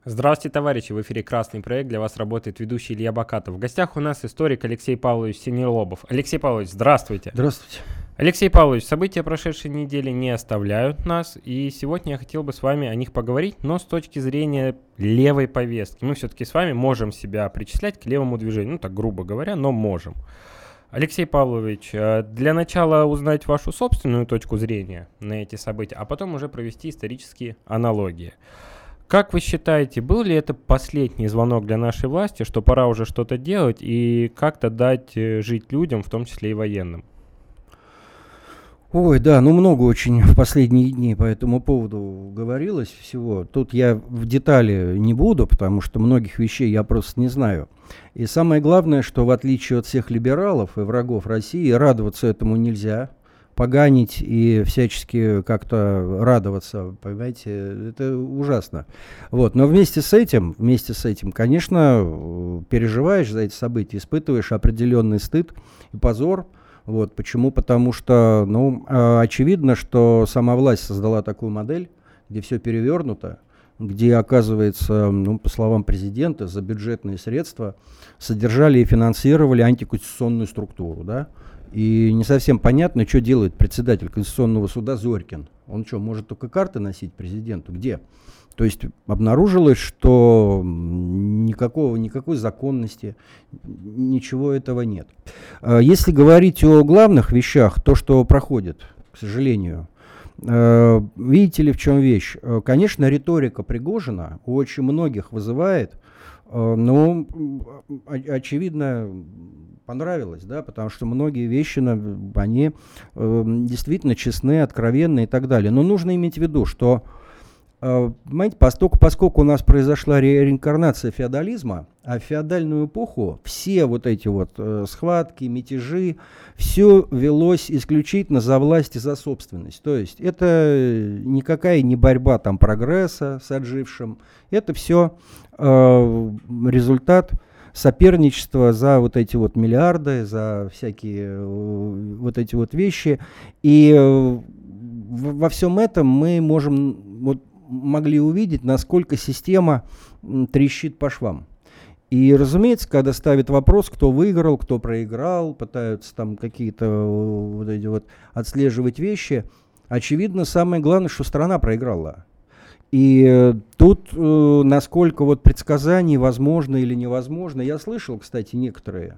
Здравствуйте, товарищи! В эфире «Красный проект». Для вас работает ведущий Илья Бакатов. В гостях у нас историк Алексей Павлович Синелобов. Алексей Павлович, здравствуйте! Здравствуйте. Алексей Павлович, события прошедшей недели не оставляют нас, и сегодня я хотел бы с вами о них поговорить, но с точки зрения левой повестки. Мы все-таки с вами можем себя причислять к левому движению, ну так грубо говоря, но можем. Алексей Павлович, для начала узнать вашу собственную точку зрения на эти события, а потом уже провести исторические аналогии. Как вы считаете, был ли это последний звонок для нашей власти, что пора уже что-то делать и как-то дать жить людям, в том числе и военным? Ой, да, много очень в последние дни по этому поводу говорилось всего. Тут я в детали не буду, потому что многих вещей я просто не знаю. И самое главное, что в отличие от всех либералов и врагов России, радоваться этому нельзя. Поганить и всячески как-то радоваться, понимаете, это ужасно. Вот. Но вместе с этим, конечно, переживаешь за эти события, испытываешь определенный стыд и позор. Вот. Почему? Потому что, очевидно, что сама власть создала такую модель, где все перевернуто, где, оказывается, по словам президента, за бюджетные средства содержали и финансировали антиконституционную структуру, да? И не совсем понятно, что делает председатель Конституционного суда Зорькин. Он что, может только карты носить президенту? Где? То есть обнаружилось, что никакой законности, ничего этого нет. Если говорить о главных вещах, то, что проходит, к сожалению, видите ли, в чем вещь? Конечно, риторика Пригожина у очень многих вызывает, очевидно, понравилось, да, потому что многие вещи, они действительно честны, откровенны и так далее. Но нужно иметь в виду, что, понимаете, поскольку у нас произошла реинкарнация феодализма, а в феодальную эпоху все вот эти схватки, мятежи, все велось исключительно за власть и за собственность. То есть это никакая не борьба там прогресса с отжившим, это все результат соперничество за вот эти миллиарды, за всякие вот эти вещи. И во всем этом мы могли увидеть, насколько система трещит по швам. И, разумеется, когда ставят вопрос, кто выиграл, кто проиграл, пытаются там какие-то отслеживать вещи, очевидно, самое главное, что страна проиграла. И тут насколько предсказаний возможно или невозможно, я слышал, кстати, некоторые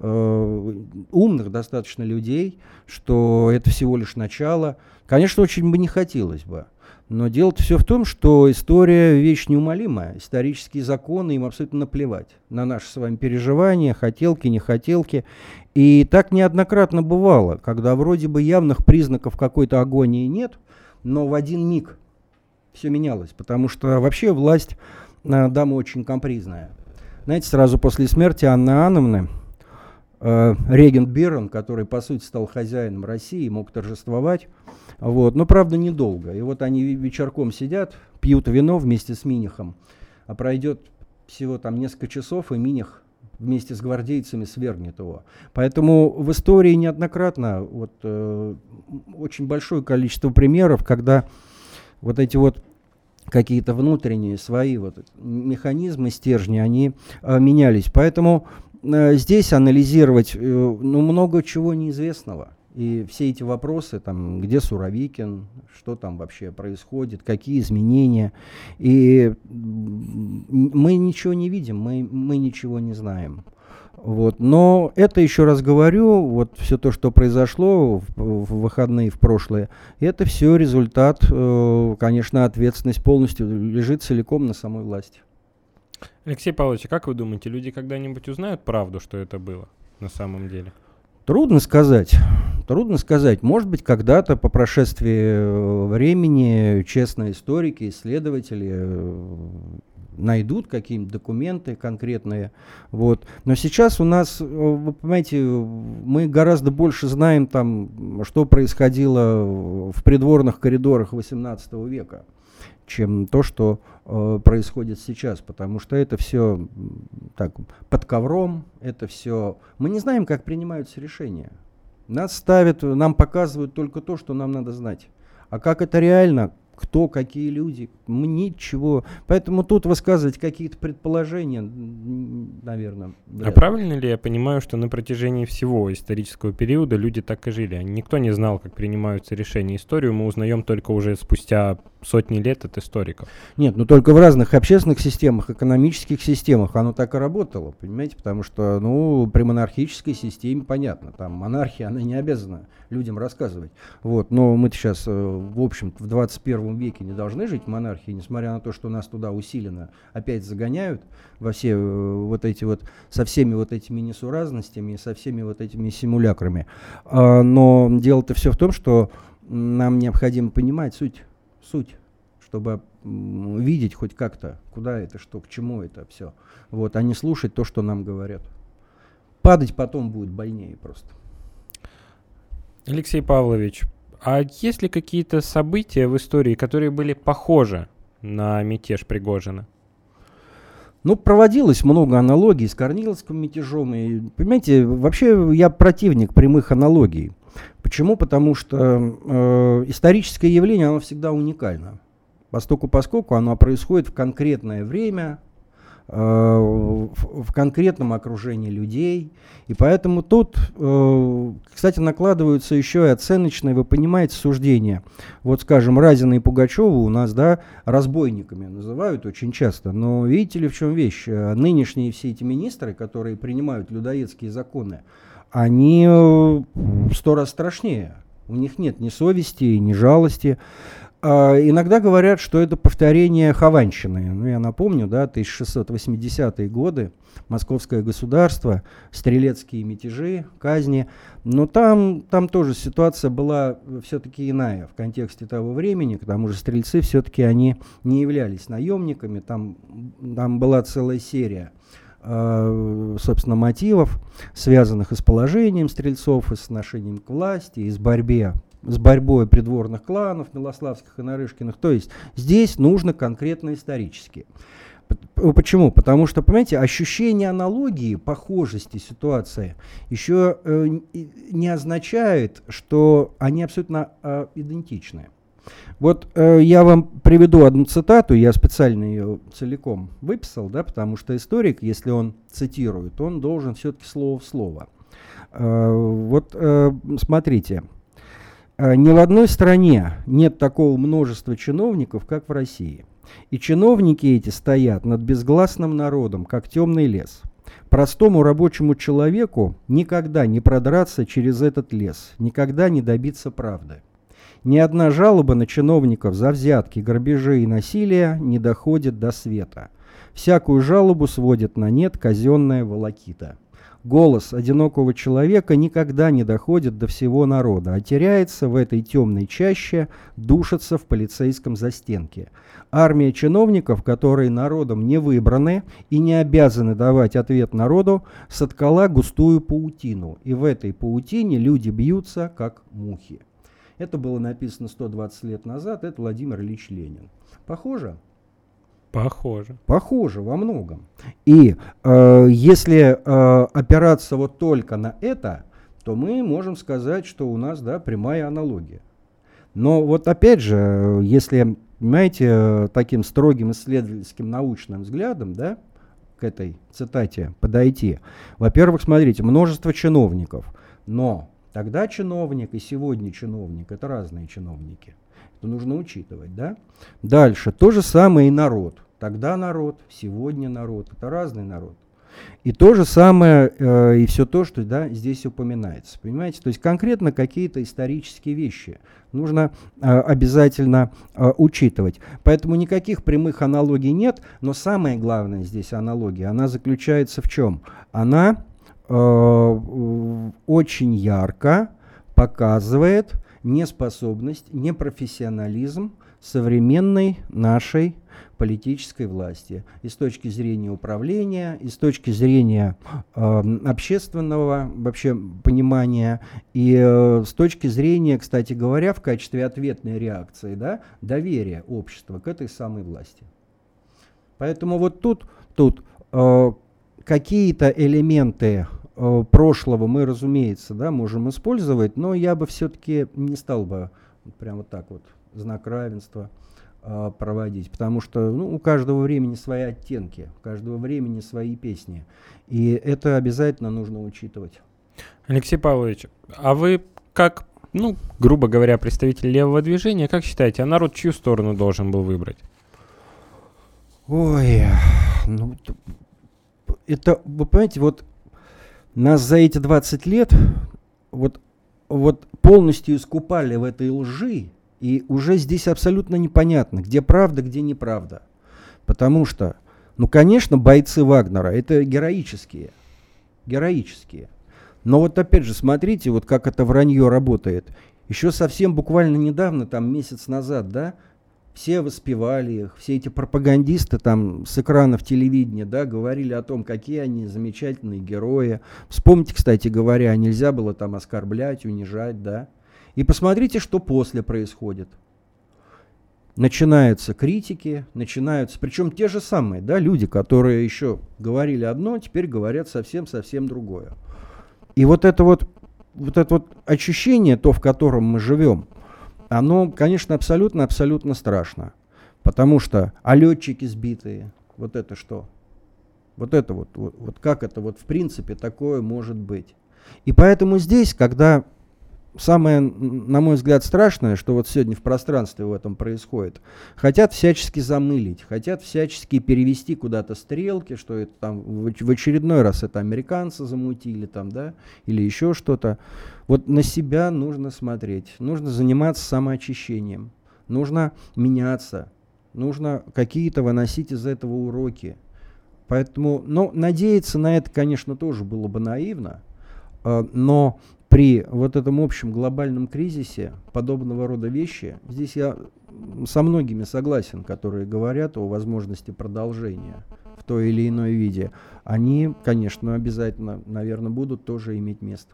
умных достаточно людей, что это всего лишь начало. Конечно, очень бы не хотелось бы. Но дело-то все в том, что история вещь неумолимая. Исторические законы, им абсолютно наплевать на наши с вами переживания, хотелки, не хотелки. И так неоднократно бывало, когда вроде бы явных признаков какой-то агонии нет, но в один миг все менялось, потому что вообще власть дама очень капризная. Знаете, сразу после смерти Анны Иоанновны регент Бирон, который по сути стал хозяином России, мог торжествовать, но правда недолго. И они вечерком сидят, пьют вино вместе с Минихом, а пройдет всего там несколько часов, и Миних вместе с гвардейцами свергнет его. Поэтому в истории неоднократно очень большое количество примеров, когда эти какие-то внутренние свои механизмы, стержни, они менялись. Поэтому здесь анализировать много чего неизвестного. И все эти вопросы, где Суровикин, что там вообще происходит, какие изменения. И мы ничего не видим, мы ничего не знаем. Но это, еще раз говорю, все то, что произошло в выходные, в прошлое, это все результат, конечно, ответственность полностью лежит целиком на самой власти. Алексей Павлович, как вы думаете, люди когда-нибудь узнают правду, что это было на самом деле? Трудно сказать. Может быть, когда-то по прошествии времени честные историки, исследователи найдут какие-нибудь документы конкретные. Но сейчас у нас, вы понимаете, мы гораздо больше знаем, что происходило в придворных коридорах XVIII века, чем то, что происходит сейчас, потому что это все так, под ковром, это все... Мы не знаем, как принимаются решения. Нас ставят, нам показывают только то, что нам надо знать. А как это реально, кто, какие люди, ничего. Поэтому тут высказывать какие-то предположения, наверное. А правильно ли я понимаю, что на протяжении всего исторического периода люди так и жили? Никто не знал, как принимаются решения. Историю мы узнаем только уже спустя сотни лет от историков. Нет, ну только в разных общественных системах, экономических системах оно так и работало, понимаете? Потому что, при монархической системе понятно, там монархия, она не обязана людям рассказывать. Вот, но мы-то сейчас, в общем-то, в 21 веке не должны жить в монархии, несмотря на то, что нас туда усиленно опять загоняют во все вот эти вот, со всеми вот этими несуразностями, со всеми вот этими симулякрами. Но дело-то все в том, что нам необходимо понимать суть, чтобы видеть хоть как-то, куда это, что, к чему это все. Вот, а не слушать то, что нам говорят. Падать потом будет больнее просто. Алексей Павлович, а есть ли какие-то события в истории, которые были похожи на мятеж Пригожина? Проводилось много аналогий с Корниловским мятежом. И, понимаете, вообще я противник прямых аналогий. Почему? Потому что историческое явление, оно всегда уникально. Поскольку оно происходит в конкретное время, в конкретном окружении людей. И поэтому тут, кстати, накладываются еще и оценочные, вы понимаете, суждения. Вот, скажем, Разина и Пугачева у нас, да, разбойниками называют очень часто. Но видите ли, в чем вещь? Нынешние все эти министры, которые принимают людоедские законы, они в 100 раз страшнее. У них нет ни совести, ни жалости. Иногда говорят, что это повторение хованщины. Я напомню, да, 1680-е годы, Московское государство, стрелецкие мятежи, казни. Но там тоже ситуация была все-таки иная в контексте того времени. К тому же стрельцы все-таки они не являлись наемниками. Там была целая серия, собственно, мотивов, связанных и с положением стрельцов, и с отношением к власти, и с борьбой придворных кланов, Милославских и Нарышкиных. То есть здесь нужно конкретно исторически. Почему? Потому что, понимаете, ощущение аналогии, похожести ситуации еще не означает, что они абсолютно идентичны. Вот я вам приведу одну цитату, я специально ее целиком выписал, да, потому что историк, если он цитирует, он должен все-таки слово в слово. Вот смотрите. Ни в одной стране нет такого множества чиновников, как в России. И чиновники эти стоят над безгласным народом, как темный лес. Простому рабочему человеку никогда не продраться через этот лес, никогда не добиться правды. Ни одна жалоба на чиновников за взятки, грабежи и насилие не доходит до света. Всякую жалобу сводит на нет казенная волокита. Голос одинокого человека никогда не доходит до всего народа, а теряется в этой темной чаще, душится в полицейском застенке. Армия чиновников, которые народом не выбраны и не обязаны давать ответ народу, соткала густую паутину, и в этой паутине люди бьются, как мухи. Это было написано 120 лет назад, это Владимир Ильич Ленин. Похоже? Похоже. Похоже во многом. И если опираться вот только на это, то мы можем сказать, что у нас, да, прямая аналогия. Но вот опять же, если, понимаете, таким строгим исследовательским научным взглядом, да, к этой цитате подойти, во-первых, смотрите, множество чиновников, но тогда чиновник и сегодня чиновник — это разные чиновники. Это нужно учитывать, да? Дальше. То же самое и народ. Тогда народ, сегодня народ. Это разный народ. И то же самое, и все то, что, да, здесь упоминается. Понимаете? То есть конкретно какие-то исторические вещи нужно обязательно учитывать. Поэтому никаких прямых аналогий нет. Но самое главное здесь аналогия, она заключается в чем? Она очень ярко показывает неспособность, непрофессионализм современной нашей политической власти и с точки зрения управления, и с точки зрения общественного вообще понимания, и с точки зрения, кстати говоря, в качестве ответной реакции, да, доверия общества к этой самой власти. Поэтому вот тут какие-то элементы прошлого мы, разумеется, да, можем использовать, но я бы все-таки не стал бы прямо так вот знак равенства проводить, потому что у каждого времени свои оттенки, у каждого времени свои песни, и это обязательно нужно учитывать. Алексей Павлович, а вы как, грубо говоря, представитель левого движения, как считаете, а народ чью сторону должен был выбрать? Ой, это, вы понимаете, вот нас за эти 20 лет вот полностью искупали в этой лжи, и уже здесь абсолютно непонятно, где правда, где неправда. Потому что, конечно, бойцы Вагнера — это героические. Но вот опять же, смотрите, вот как это вранье работает. Еще совсем буквально недавно, там месяц назад, да, все воспевали их, все эти пропагандисты там с экранов телевидения, да, говорили о том, какие они замечательные герои. Вспомните, кстати говоря, нельзя было там оскорблять, унижать, да. И посмотрите, что после происходит. Начинаются критики, причем те же самые, да, люди, которые еще говорили одно, теперь говорят совсем другое. И вот это ощущение, то, в котором мы живем, оно, конечно, абсолютно страшно. Потому что, летчики сбитые, вот это что? Вот как это в принципе такое может быть? И поэтому здесь, когда самое, на мой взгляд, страшное, что вот сегодня в пространстве в этом происходит, хотят всячески замылить, хотят всячески перевести куда-то стрелки, что это там в очередной раз это американцы замутили там, да, или еще что-то. Вот на себя нужно смотреть, нужно заниматься самоочищением, нужно меняться, нужно какие-то выносить из этого уроки. Поэтому, надеяться на это, конечно, тоже было бы наивно, но при вот этом общем глобальном кризисе подобного рода вещи, здесь я со многими согласен, которые говорят о возможности продолжения в той или иной виде, они, конечно, обязательно, наверное, будут тоже иметь место.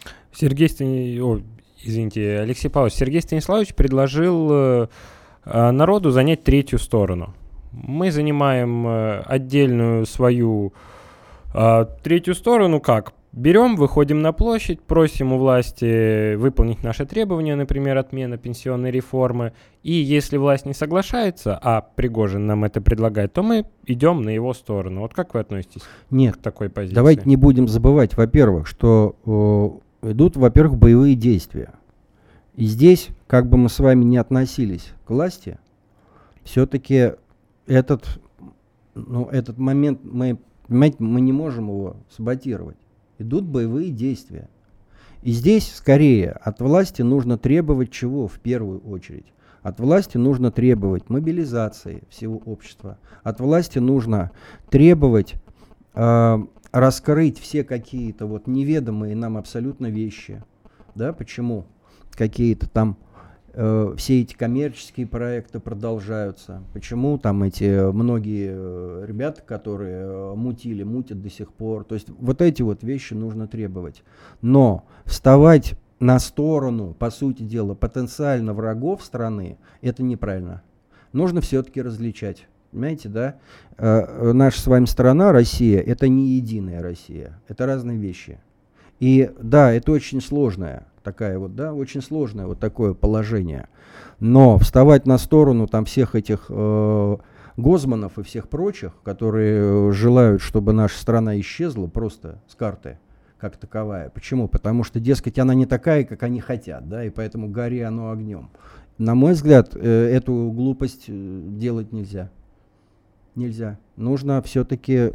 Алексей Павлович, Сергей Станиславович предложил народу занять третью сторону. Мы занимаем отдельную свою третью сторону как? Берем, выходим на площадь, просим у власти выполнить наши требования, например, отмена пенсионной реформы. И если власть не соглашается, а Пригожин нам это предлагает, то мы идем на его сторону. Вот как вы относитесь к такой позиции? Давайте не будем забывать, во-первых, что идут, боевые действия. И здесь, как бы мы с вами не относились к власти, все-таки этот момент, мы не можем его саботировать. Идут боевые действия. И здесь, скорее, от власти нужно требовать чего в первую очередь? От власти нужно требовать мобилизации всего общества. От власти нужно требовать раскрыть все какие-то неведомые нам абсолютно вещи. Да, почему какие-то там все эти коммерческие проекты продолжаются, почему там эти многие ребята, которые мутят до сих пор. То есть вот эти вещи нужно требовать. Но вставать на сторону, по сути дела, потенциально врагов страны, это неправильно. Нужно все-таки различать. Понимаете, да? Наша с вами страна, Россия, это не единая Россия. Это разные вещи. И да, это очень сложная такая очень сложное такое положение. Но вставать на сторону там всех этих Гозманов и всех прочих, которые желают, чтобы наша страна исчезла просто с карты как таковая. Почему? Потому что, дескать, она не такая, как они хотят, да, и поэтому гори оно огнем. На мой взгляд, эту глупость делать нельзя. Нельзя. Нужно все-таки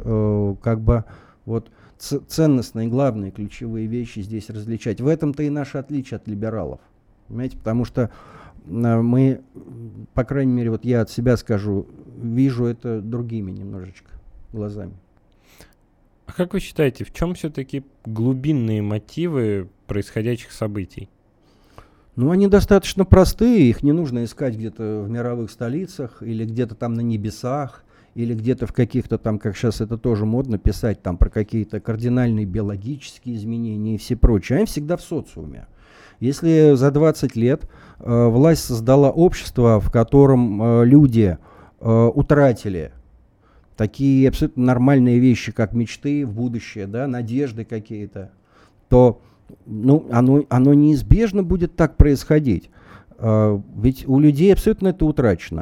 ценностные, главные, ключевые вещи здесь различать. В этом-то и наше отличие от либералов. Понимаете? Потому что мы, по крайней мере, я от себя скажу, вижу это другими немножечко глазами. А как вы считаете, в чем все-таки глубинные мотивы происходящих событий? Они достаточно простые, их не нужно искать где-то в мировых столицах или где-то там на небесах, или где-то в каких-то там, как сейчас это тоже модно писать, там про какие-то кардинальные биологические изменения и все прочее. Они всегда в социуме. Если за 20 лет власть создала общество, в котором люди утратили такие абсолютно нормальные вещи, как мечты в будущее, да, надежды какие-то, то оно неизбежно будет так происходить. Ведь у людей абсолютно это утрачено.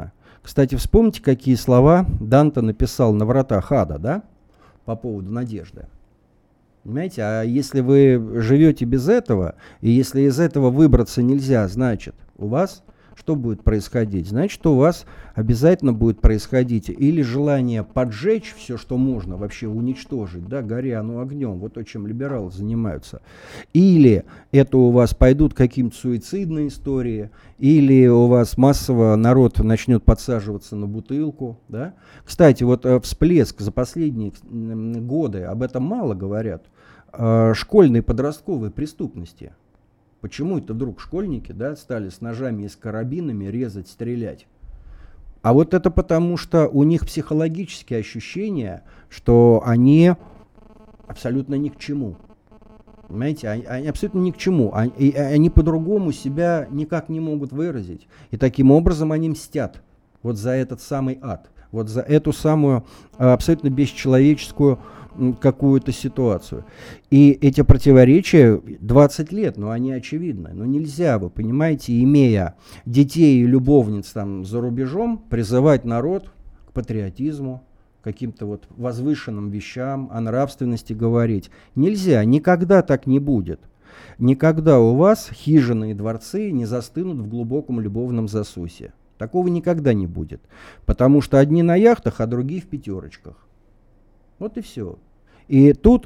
Кстати, вспомните, какие слова Данте написал на вратах ада, да, по поводу надежды. Понимаете, а если вы живете без этого, и если из этого выбраться нельзя, значит, у вас что будет происходить? Значит, у вас обязательно будет происходить или желание поджечь все, что можно, вообще уничтожить, да, горя оно огнем, вот то, чем либералы занимаются. Или это у вас пойдут какие-то суицидные истории, или у вас массово народ начнет подсаживаться на бутылку, да. Кстати, вот всплеск за последние годы, об этом мало говорят, школьной подростковой преступности. Почему это вдруг школьники, да, стали с ножами и с карабинами резать, стрелять? А вот это потому, что у них психологические ощущения, что они абсолютно ни к чему. Понимаете, они абсолютно ни к чему. Они по-другому себя никак не могут выразить. И таким образом они мстят вот за этот самый ад, вот за эту самую абсолютно бесчеловеческую какую-то ситуацию. И эти противоречия 20 лет, но они очевидны. Но нельзя, вы понимаете, имея детей и любовниц там за рубежом, призывать народ к патриотизму, к каким-то вот возвышенным вещам, о нравственности говорить. Нельзя, никогда так не будет. Никогда у вас хижины и дворцы не застынут в глубоком любовном засусе. Такого никогда не будет. Потому что одни на яхтах, а другие в пятерочках. Вот и все. И тут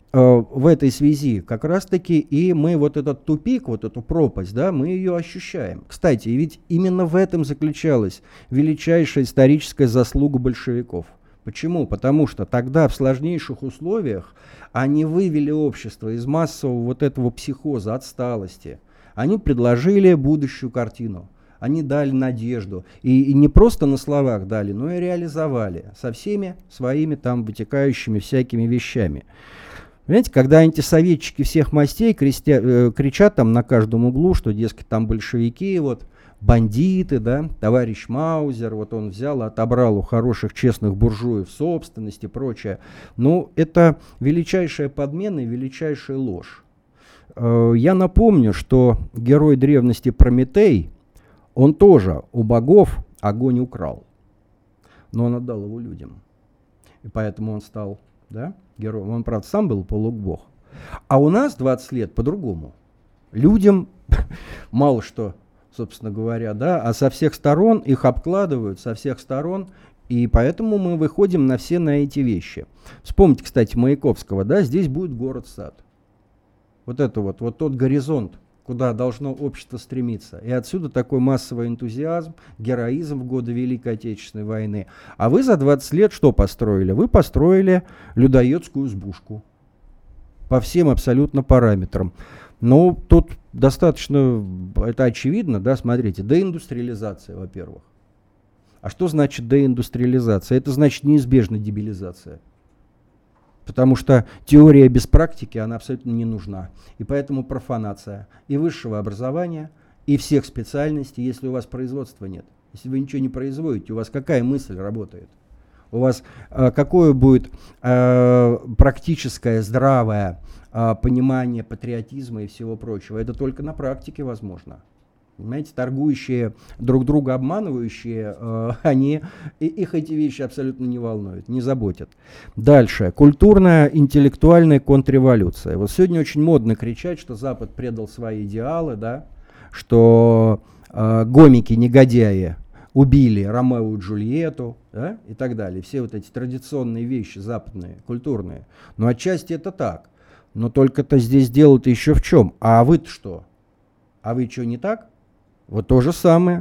в этой связи как раз-таки и мы вот этот тупик, вот эту пропасть, да, мы ее ощущаем. Кстати, ведь именно в этом заключалась величайшая историческая заслуга большевиков. Почему? Потому что тогда в сложнейших условиях они вывели общество из массового вот этого психоза, отсталости. Они предложили будущую картину. Они дали надежду. И не просто на словах дали, но и реализовали со всеми своими там вытекающими всякими вещами. Понимаете, когда антисоветчики всех мастей кричат там на каждом углу, что, дескать, там большевики, вот, бандиты, да, товарищ Маузер, вот он взял, отобрал у хороших честных буржуев собственность и прочее. Ну, это величайшая подмена и величайшая ложь. Я напомню, что герой древности Прометей, он тоже у богов огонь украл, но он отдал его людям. И поэтому он стал, да, героем. Он, правда, сам был полубог. А у нас 20 лет по-другому. Людям мало что, собственно говоря, да, а со всех сторон их обкладывают, со всех сторон, и поэтому мы выходим на все на эти вещи. Вспомните, кстати, Маяковского, да, здесь будет город-сад. Вот это вот тот горизонт, куда должно общество стремиться. И отсюда такой массовый энтузиазм, героизм в годы Великой Отечественной войны. А вы за 20 лет что построили? Вы построили людоедскую избушку. По всем абсолютно параметрам. Ну, тут достаточно, это очевидно, да, смотрите, деиндустриализация, во-первых. А что значит деиндустриализация? Это значит неизбежная дебилизация. Потому что теория без практики, она абсолютно не нужна. И поэтому профанация и высшего образования, и всех специальностей, если у вас производства нет. Если вы ничего не производите, у вас какая мысль работает? У вас какое будет практическое, здравое понимание патриотизма и всего прочего? Это только на практике возможно. Понимаете, торгующие, друг друга обманывающие, их эти вещи абсолютно не волнуют, не заботят. Дальше. Культурная, интеллектуальная контрреволюция. Вот сегодня очень модно кричать, что Запад предал свои идеалы, да, что гомики, негодяи убили Ромео и Джульетту, да, и так далее. Все вот эти традиционные вещи западные, культурные. Но отчасти это так. Но только-то здесь дело-то еще в чем? А вы-то что? А вы что, не так? Вот то же самое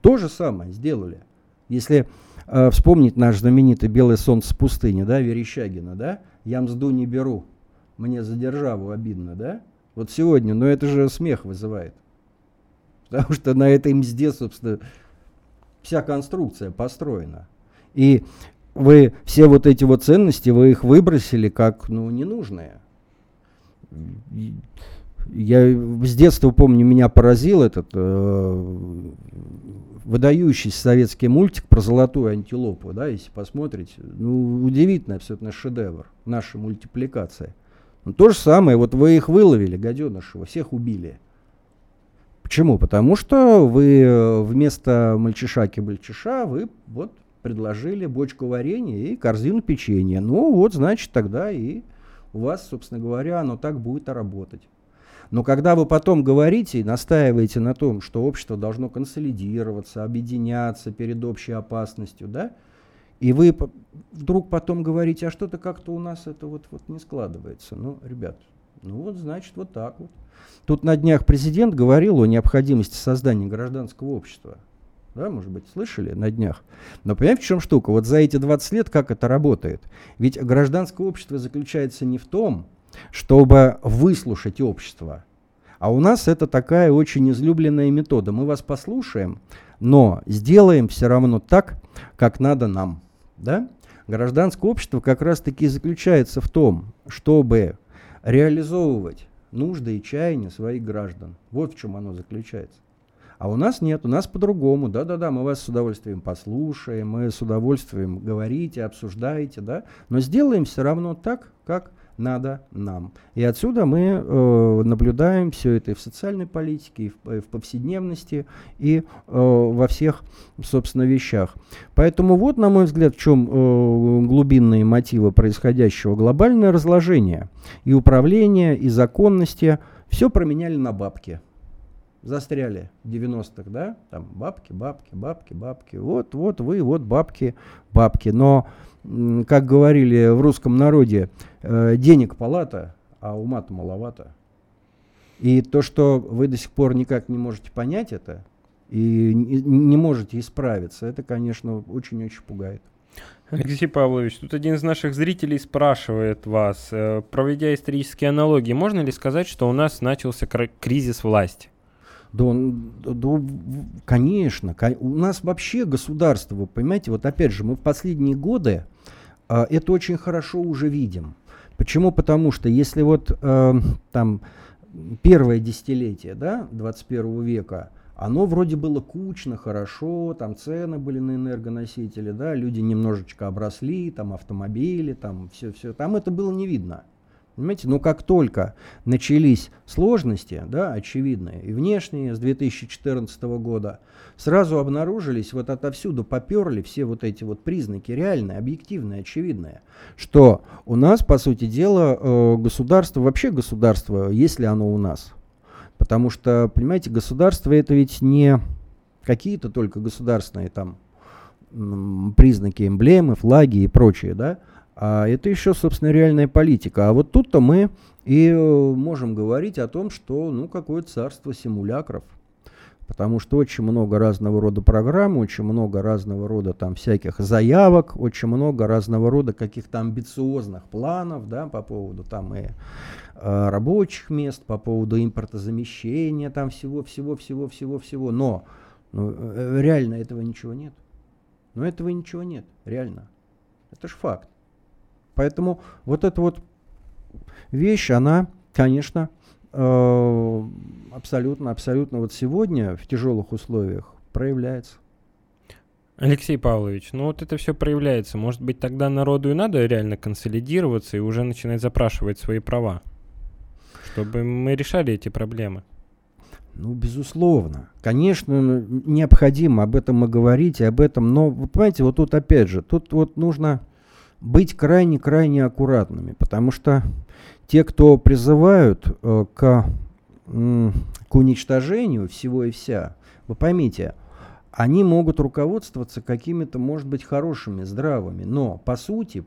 сделали. Если вспомнить наш знаменитый «Белое солнце пустыни», да, Верещагина, да, «Я мзду не беру, мне за державу обидно», да, вот сегодня, но это же смех вызывает. Потому что на этой мзде, собственно, вся конструкция построена. И вы все вот эти вот ценности, вы их выбросили как, ну, ненужные. Я с детства помню, меня поразил этот выдающийся советский мультик про золотую антилопу, да, если посмотрите. Ну, удивительный абсолютно шедевр нашей мультипликации. Но то же самое, вот вы их выловили, гаденыши, вы всех убили. Почему? Потому что вы вместо мальчиша-кибальчиша вы вот предложили бочку варенья и корзину печенья. Ну вот, значит, тогда и у вас, собственно говоря, оно так будет и работать. Но когда вы потом говорите и настаиваете на том, что общество должно консолидироваться, объединяться перед общей опасностью, да, и вы вдруг потом говорите, а что-то как-то у нас это вот не складывается. Ну, ребят, ну вот, значит, вот так вот. Тут на днях президент говорил о необходимости создания гражданского общества. Да, может быть, слышали на днях. Но понимаете, в чем штука? Вот за эти 20 лет как это работает? Ведь гражданское общество заключается не в том, чтобы выслушать общество. А у нас это такая очень излюбленная метода. Мы вас послушаем, но сделаем все равно так, как надо нам. Да? Гражданское общество как раз-таки заключается в том, чтобы реализовывать нужды и чаяния своих граждан. Вот в чем оно заключается. А у нас нет, у нас по-другому. Да-да-да, мы вас с удовольствием послушаем, мы с удовольствием говорите, обсуждаете, да? Но сделаем все равно так, как надо нам. И отсюда мы наблюдаем все это и в социальной политике, и в повседневности, и во всех, собственно, вещах. Поэтому вот, на мой взгляд, в чем глубинные мотивы происходящего. Глобальное разложение и управление, и законности. Все променяли на бабки. Застряли в 90-х, да? Там бабки, бабки, бабки, бабки. Вот вы, вот бабки, бабки. Но как говорили в русском народе, денег палата, а ума-то маловато. И то, что вы до сих пор никак не можете понять это и не можете исправиться, это, конечно, очень-очень пугает. Алексей Павлович, тут один из наших зрителей спрашивает вас, проведя исторические аналогии, можно ли сказать, что у нас начался кризис власти? Да, конечно. У нас вообще государство, вы понимаете, вот опять же, мы в последние годы это очень хорошо уже видим. Почему? Потому что если вот там первое десятилетие, да, 21 века, оно вроде было кучно, хорошо, там цены были на энергоносители, да, люди немножечко обросли, там автомобили, там все, там это было не видно. Понимаете, но как только начались сложности, да, очевидные, и внешние с 2014 года, сразу обнаружились, вот отовсюду поперли все вот эти вот признаки реальные, объективные, очевидные, что у нас, по сути дела, государство, вообще государство, есть ли оно у нас? Потому что, понимаете, государство это ведь не какие-то только государственные там признаки, эмблемы, флаги и прочее, да, а это еще, собственно, реальная политика. А вот тут-то мы и можем говорить о том, что, ну, какое царство симулякров. Потому что очень много разного рода программ, очень много разного рода там всяких заявок, очень много разного рода каких-то амбициозных планов, да, по поводу там и рабочих мест, по поводу импортозамещения, там всего. Но реально этого ничего нет. Реально. Это ж факт. Поэтому вот эта вот вещь, она, конечно, абсолютно вот сегодня в тяжелых условиях проявляется. Алексей Павлович, ну вот это все проявляется. Может быть, тогда народу и надо реально консолидироваться и уже начинать запрашивать свои права, чтобы мы решали эти проблемы? Ну, безусловно. Конечно, необходимо об этом и говорить, и об этом. Но, вы понимаете, вот тут опять же, тут вот нужно быть крайне аккуратными, потому что те, кто призывают к уничтожению всего и вся, вы поймите, они могут руководствоваться какими-то, может быть, хорошими, здравыми, но по сути,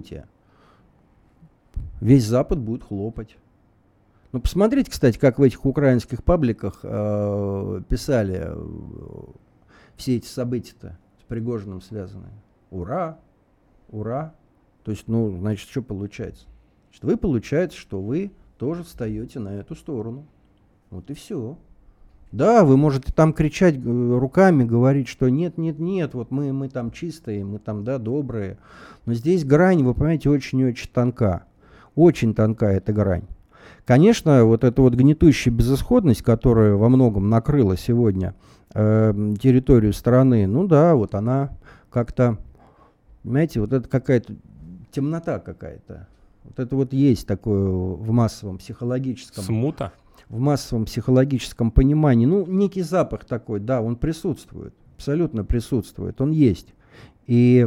весь Запад будет хлопать. Ну, посмотрите, кстати, как в этих украинских пабликах писали все эти события-то с Пригожиным связанные. Ура! То есть, ну, значит, что получается? Значит, вы получается, что вы тоже встаете на эту сторону. Вот и все. Да, вы можете там кричать руками, говорить, что нет, вот мы там чистые, мы там, да, добрые. Но здесь грань, вы понимаете, очень тонка. Очень тонка эта грань. Конечно, вот эта вот гнетущая безысходность, которая во многом накрыла сегодня территорию страны, ну да, вот она как-то, понимаете, вот это какая-то темнота какая-то. Вот это вот есть такое в массовом психологическом... Смута? в массовом психологическом понимании, ну, некий запах такой, да, он присутствует, абсолютно присутствует, он есть. И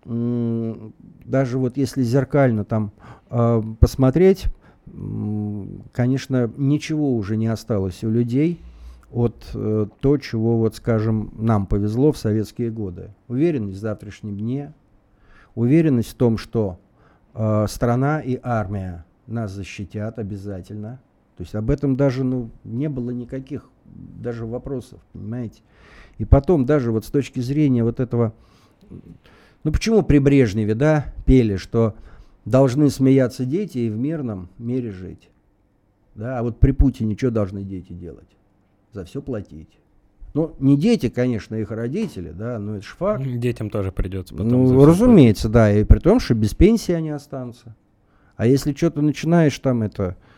даже вот если зеркально там посмотреть, конечно, ничего уже не осталось у людей от то, чего, вот, скажем, нам повезло в советские годы. Уверенность в завтрашнем дне, уверенность в том, что страна и армия нас защитят обязательно. То есть об этом даже не было никаких даже вопросов, понимаете. И потом даже вот с точки зрения вот этого, почему при Брежневе, да, пели, что должны смеяться дети и в мирном мире жить. Да, а вот при Путине что должны дети делать? За все платить. Не дети, конечно, их родители, да, но это же факт. Детям тоже придется потом. Разумеется, да, и при том, что без пенсии они останутся. А если что-то начинаешь там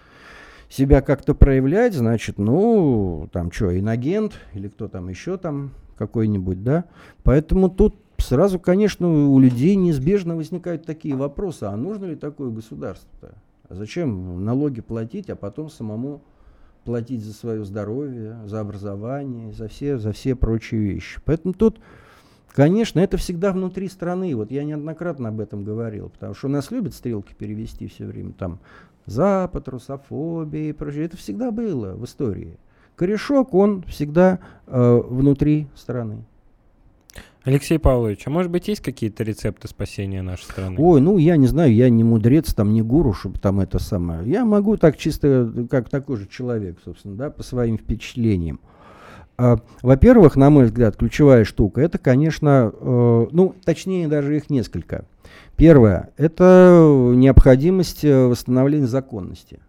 себя как-то проявлять, значит, там что, инагент или кто там еще там какой-нибудь, да. Поэтому тут сразу, конечно, у людей неизбежно возникают такие вопросы, а нужно ли такое государство-то? А зачем налоги платить, а потом самому платить за свое здоровье, за образование, за все прочие вещи. Поэтому тут, конечно, это всегда внутри страны. Вот я неоднократно об этом говорил, потому что у нас любят стрелки перевести все время, там, Запад, русофобия и прочее. Это всегда было в истории. Корешок, он всегда внутри страны. Алексей Павлович, а может быть есть какие-то рецепты спасения нашей страны? Ой, я не знаю, я не мудрец, там, не гуру, чтобы там это самое. Я могу так чисто, как такой же человек, собственно, да, по своим впечатлениям. Во-первых, на мой взгляд, ключевая штука, это, конечно, точнее даже их несколько. Первое, это необходимость восстановления законности.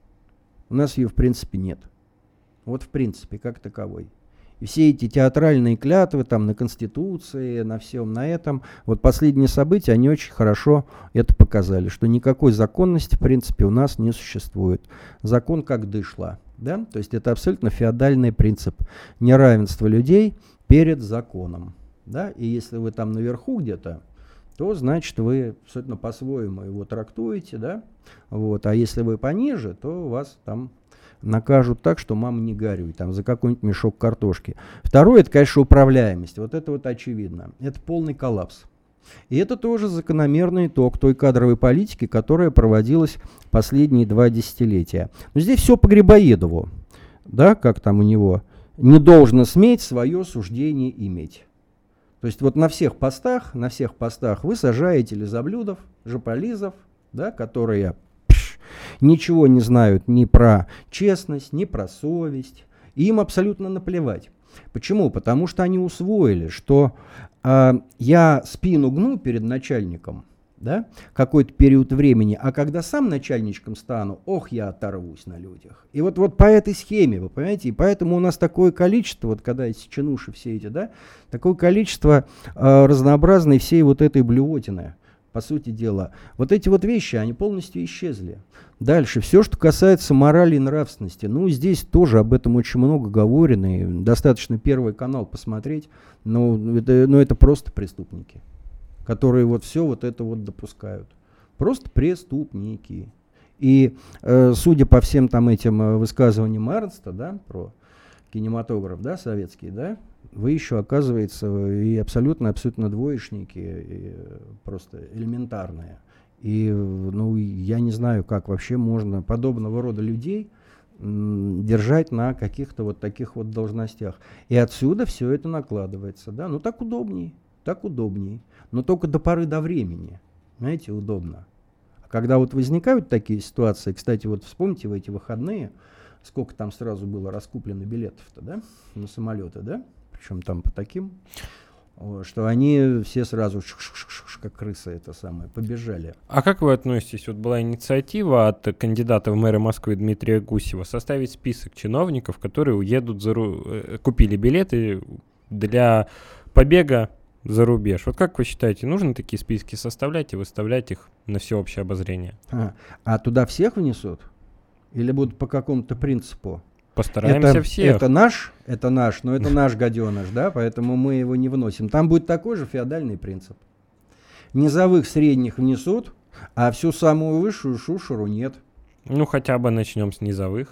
У нас ее, в принципе, нет. Вот в принципе, как таковой. И все эти театральные клятвы там на Конституции, на всем на этом, вот последние события, они очень хорошо это показали, что никакой законности, в принципе, у нас не существует. Закон как дышло, да? То есть это абсолютно феодальный принцип неравенства людей перед законом, да? И если вы там наверху где-то, то, значит, вы абсолютно по-своему его трактуете, да? Вот. А если вы пониже, то вас там накажут так, что мама не горюй, там, за какой-нибудь мешок картошки. Второе, это, конечно, управляемость. Вот это вот очевидно. Это полный коллапс. И это тоже закономерный итог той кадровой политики, которая проводилась последние 2 десятилетия. Но здесь все по Грибоедову. Да, как там у него? Не должно сметь свое суждение иметь. То есть вот на всех постах вы сажаете лизоблюдов, жополизов, да, которые ничего не знают ни про честность, ни про совесть. И им абсолютно наплевать. Почему? Потому что они усвоили, что я спину гну перед начальником, да, какой-то период времени, а когда сам начальничком стану, я оторвусь на людях. И вот по этой схеме, вы понимаете, и поэтому у нас такое количество, вот когда эти чинуши все эти, да, такое количество разнообразной всей вот этой блювотины. По сути дела, вот эти вот вещи, они полностью исчезли. Дальше, все, что касается морали и нравственности, здесь тоже об этом очень много говорено, и достаточно Первый канал посмотреть, но это просто преступники, которые вот все вот это вот допускают. Просто преступники. И судя по всем там этим высказываниям Эрнста, да, про кинематограф, да, советский, да, вы еще, оказывается, и абсолютно двоечники, и просто элементарные. И, я не знаю, как вообще можно подобного рода людей держать на каких-то вот таких вот должностях. И отсюда все это накладывается, да, так удобней. Но только до поры до времени, знаете, удобно. А когда вот возникают такие ситуации, кстати, вот вспомните в эти выходные, сколько там сразу было раскуплено билетов-то, да, на самолеты, да? Причем там по таким, что они все сразу, как крысы это самое, побежали. А как вы относитесь? Вот была инициатива от кандидата в мэры Москвы Дмитрия Гусева составить список чиновников, которые уедут купили билеты для побега за рубеж. Вот как вы считаете, нужно такие списки составлять и выставлять их на всеобщее обозрение? А туда всех внесут? Или будут по какому-то принципу? Постараемся всех. Это наш, но это наш гаденыш, да, поэтому мы его не вносим. Там будет такой же феодальный принцип. Низовых средних внесут, а всю самую высшую шушеру нет. Хотя бы начнем с низовых.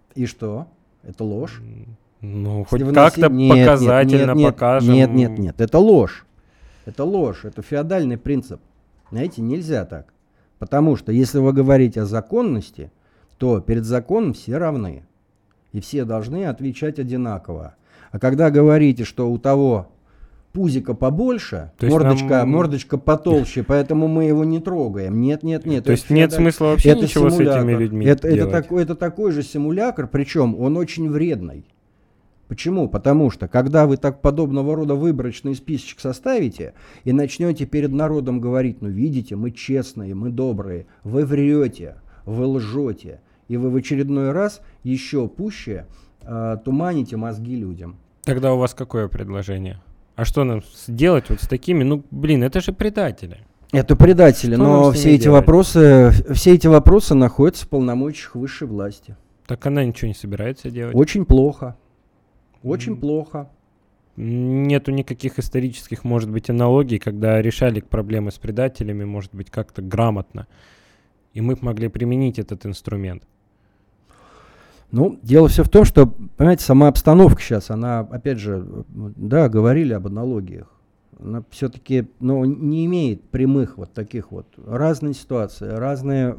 И что? Это ложь? Ну, хоть как-то показательно покажем. Нет, это ложь. Это ложь, это феодальный принцип. Знаете, нельзя так. Потому что если вы говорите о законности, то перед законом все равны. И все должны отвечать одинаково. А когда говорите, что у того пузика побольше, мордочка потолще, поэтому мы его не трогаем. Нет. То есть нет смысла вообще ничего с этими людьми делать? Это такой же симулятор, причем он очень вредный. Почему? Потому что, когда вы так подобного рода выборочный списочек составите и начнете перед народом говорить, ну видите, мы честные, мы добрые, вы врете, вы лжете, и вы в очередной раз еще пуще туманите мозги людям. Тогда у вас какое предложение? А что нам сделать вот с такими? Ну, блин, это же предатели. Это предатели, что но все эти вопросы находятся в полномочиях высшей власти. Так она ничего не собирается делать? Очень плохо. Очень плохо. Нету никаких исторических, может быть, аналогий, когда решали проблемы с предателями, может быть, как-то грамотно. И мы могли применить этот инструмент. Ну, дело все в том, что, понимаете, сама обстановка сейчас, она, опять же, да, говорили об аналогиях. Она все-таки, не имеет прямых вот таких вот. Разные ситуации, разная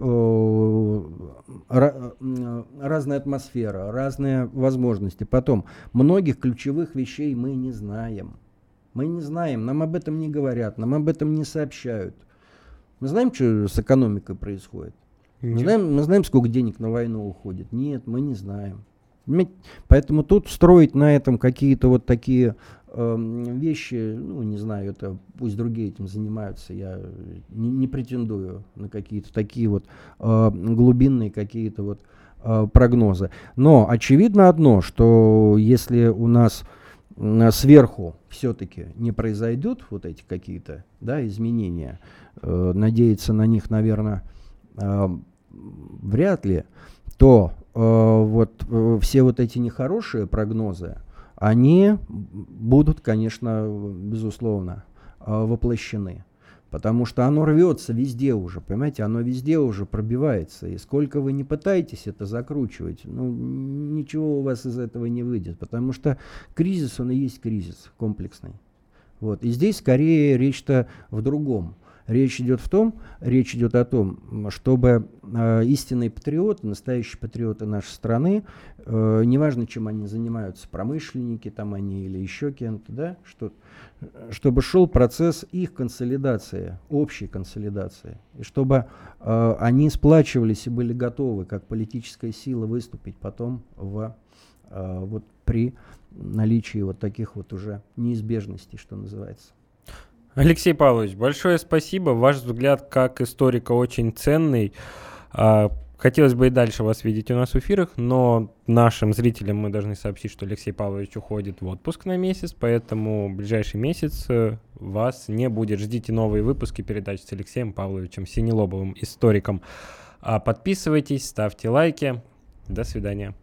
атмосфера, разные возможности. Потом, многих ключевых вещей мы не знаем. Мы не знаем, нам об этом не говорят, нам об этом не сообщают. Мы знаем, что с экономикой происходит? Мы знаем, сколько денег на войну уходит? Нет, мы не знаем. Поэтому тут строить на этом какие-то вот такие вещи, не знаю, это пусть другие этим занимаются, я не претендую на какие-то такие вот глубинные какие-то вот прогнозы. Но очевидно одно, что если у нас сверху все-таки не произойдут вот эти какие-то, да, изменения, надеяться на них, наверное, вряд ли, то все вот эти нехорошие прогнозы, они будут, конечно, безусловно, воплощены. Потому что оно рвется везде уже, понимаете, оно везде уже пробивается. И сколько вы не пытаетесь это закручивать, ничего у вас из этого не выйдет. Потому что кризис, он и есть кризис комплексный. Вот. И здесь скорее речь-то в другом. Речь идет о том, чтобы истинные патриоты, настоящие патриоты нашей страны, неважно, чем они занимаются, промышленники там они или еще кем-то, да, чтобы шел процесс их консолидации, общей консолидации, и чтобы они сплачивались и были готовы, как политическая сила, выступить потом при наличии вот таких вот уже неизбежностей, что называется. Алексей Павлович, большое спасибо. Ваш взгляд как историка очень ценный. Хотелось бы и дальше вас видеть у нас в эфирах, но нашим зрителям мы должны сообщить, что Алексей Павлович уходит в отпуск на месяц, поэтому в ближайший месяц вас не будет. Ждите новые выпуски передач с Алексеем Павловичем Синелобовым, историком. Подписывайтесь, ставьте лайки. До свидания.